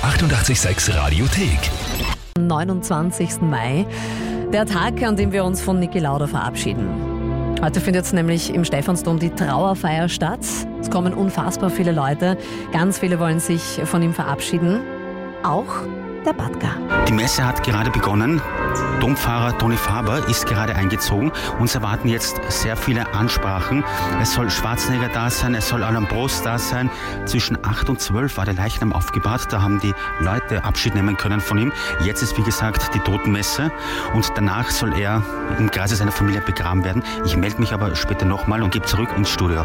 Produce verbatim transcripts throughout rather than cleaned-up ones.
achtundachtzig Komma sechs Radiothek. neunundzwanzigsten Mai, der Tag, an dem wir uns von Niki Lauda verabschieden. Heute findet jetzt nämlich im Stephansdom die Trauerfeier statt. Es kommen unfassbar viele Leute. Ganz viele wollen sich von ihm verabschieden. Auch der Batka. Die Messe hat gerade begonnen. Dompfarrer Toni Faber ist gerade eingezogen. Uns erwarten jetzt sehr viele Ansprachen. Es soll Schwarzenegger da sein, es soll Alain Prost da sein. Zwischen acht und zwölf war der Leichnam aufgebahrt. Da haben die Leute Abschied nehmen können von ihm. Jetzt ist, wie gesagt, die Totenmesse. Und danach soll er im Kreise seiner Familie begraben werden. Ich melde mich aber später nochmal und gebe zurück ins Studio.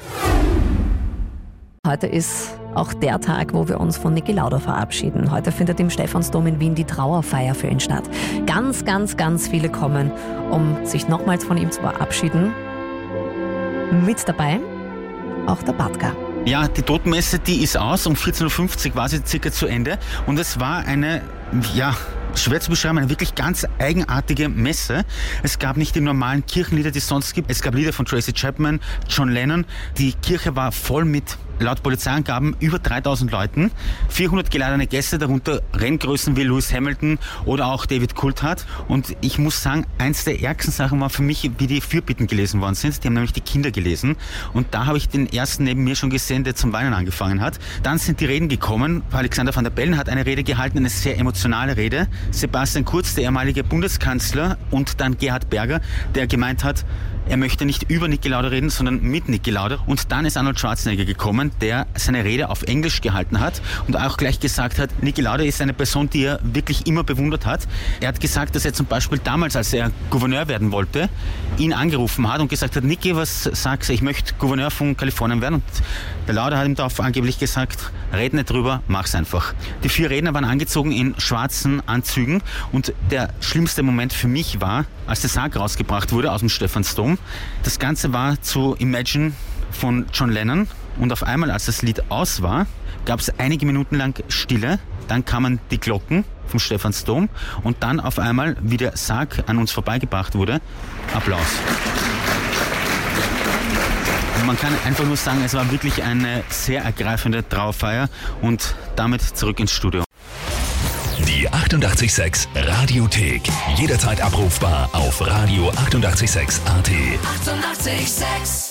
Heute ist auch der Tag, wo wir uns von Niki Lauda verabschieden. Heute findet im Stephansdom in Wien die Trauerfeier für ihn statt. Ganz, ganz, ganz viele kommen, um sich nochmals von ihm zu verabschieden. Mit dabei auch der Batka. Ja, die Totenmesse, die ist aus. Um vierzehn Uhr fünfzig war sie circa zu Ende. Und es war eine, ja, schwer zu beschreiben, eine wirklich ganz eigenartige Messe. Es gab nicht die normalen Kirchenlieder, die es sonst gibt. Es gab Lieder von Tracy Chapman, John Lennon. Die Kirche war voll mit, laut Polizeiangaben, über dreitausend Leuten. vierhundert geladene Gäste, darunter Renngrößen wie Lewis Hamilton oder auch David Coulthard. Und ich muss sagen, eins der ärgsten Sachen war für mich, wie die Fürbitten gelesen worden sind. Die haben nämlich die Kinder gelesen. Und da habe ich den ersten neben mir schon gesehen, der zum Weinen angefangen hat. Dann sind die Reden gekommen. Alexander Van der Bellen hat eine Rede gehalten, eine sehr emotionale Rede. Sebastian Kurz, der ehemalige Bundeskanzler, und dann Gerhard Berger, der gemeint hat, er möchte nicht über Niki Lauda reden, sondern mit Niki Lauda. Und dann ist Arnold Schwarzenegger gekommen, der seine Rede auf Englisch gehalten hat und auch gleich gesagt hat, Niki Lauda ist eine Person, die er wirklich immer bewundert hat. Er hat gesagt, dass er zum Beispiel damals, als er Gouverneur werden wollte, ihn angerufen hat und gesagt hat, Niki, was sagst du, ich möchte Gouverneur von Kalifornien werden. Und der Lauda hat ihm darauf angeblich gesagt, red nicht drüber, mach's einfach. Die vier Redner waren angezogen in schwarzen Anzügen und der schlimmste Moment für mich war, als der Sarg rausgebracht wurde aus dem Stephansdom. Das Ganze war zu Imagine von John Lennon und auf einmal, als das Lied aus war, gab es einige Minuten lang Stille. Dann kamen die Glocken vom Stephansdom und dann auf einmal, wie der Sarg an uns vorbeigebracht wurde, Applaus. Und man kann einfach nur sagen, es war wirklich eine sehr ergreifende Trauerfeier und damit zurück ins Studio. Die achtundachtzig Komma sechs Radiothek. Jederzeit abrufbar auf radio achtundachtzig Komma sechs A T. achtundachtzig Komma sechs